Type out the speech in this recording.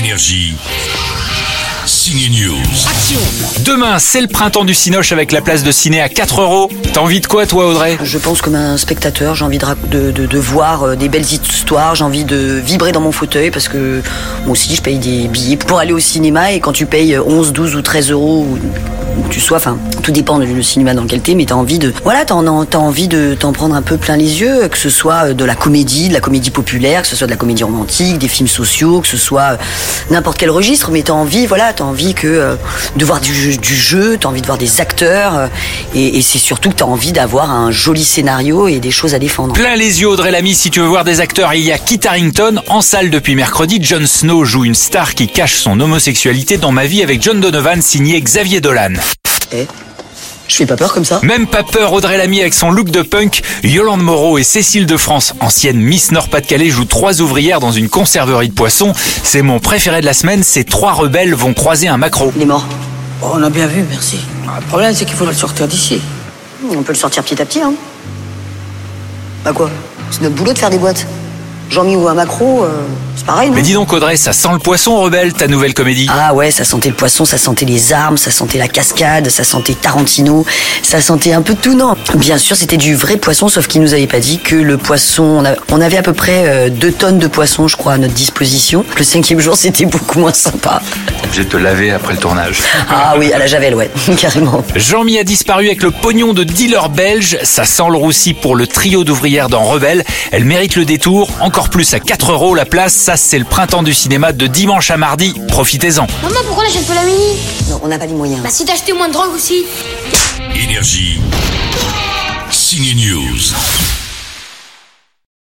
Énergie. Signe News. Action. Demain, c'est le printemps du Cinoche avec la place de ciné à 4 €. T'as envie de quoi, toi, Audrey? Je pense comme un spectateur, j'ai envie de voir des belles histoires, j'ai envie de vibrer dans mon fauteuil parce que moi aussi je paye des billets pour aller au cinéma et quand tu payes 11, 12 ou 13 euros où tu sois, enfin tout dépend du cinéma dans lequel t'es, mais t'as envie de t'en prendre un peu plein les yeux, que ce soit de la comédie populaire, que ce soit de la comédie romantique, des films sociaux, que ce soit n'importe quel registre, mais t'as envie de voir du jeu, t'as envie de voir des acteurs et c'est surtout que t'as envie d'avoir un joli scénario et des choses à défendre. Plein les yeux, Audrey Lamy, si tu veux voir des acteurs, il y a Kit Harington en salle depuis mercredi. Jon Snow joue une star qui cache son homosexualité dans Ma vie avec John Donovan, signé Xavier Dolan. Je fais pas peur comme ça. Même pas peur, Audrey Lamy avec son look de punk. Yolande Moreau et Cécile de France, ancienne Miss Nord-Pas-de-Calais, jouent 3 ouvrières dans une conserverie de poissons. C'est mon préféré de la semaine, ces 3 rebelles vont croiser un maquereau. Il est mort. Oh, on a bien vu, merci. Le problème, c'est qu'il faut le sortir d'ici. On peut le sortir petit à petit, hein. Bah quoi? C'est notre boulot de faire des boîtes. Jean-Mi ou un maquereau, c'est pareil, non? Mais dis donc, Audrey, ça sent le poisson, Rebelle, ta nouvelle comédie? Ah ouais, ça sentait le poisson, ça sentait les armes, ça sentait la cascade, ça sentait Tarantino, ça sentait un peu de tout, non? Bien sûr, c'était du vrai poisson, sauf qu'il nous avait pas dit que le poisson... On avait à peu près 2 tonnes de poisson, je crois, à notre disposition. Le 5e jour, c'était beaucoup moins sympa. Obligé de te laver après le tournage. Ah oui, à la javel, ouais, carrément. Jean-Mi a disparu avec le pognon de dealer belge. Ça sent le roussi pour le trio d'ouvrières dans Rebelle. Elle mérite le détour. Encore plus à 4 € la place. Ça, c'est le printemps du cinéma de dimanche à mardi. Profitez-en. Maman, pourquoi on n'achète pas la mini? Non, on n'a pas les moyens. Bah si t'achetais moins de drogue aussi. Énergie. Signe News.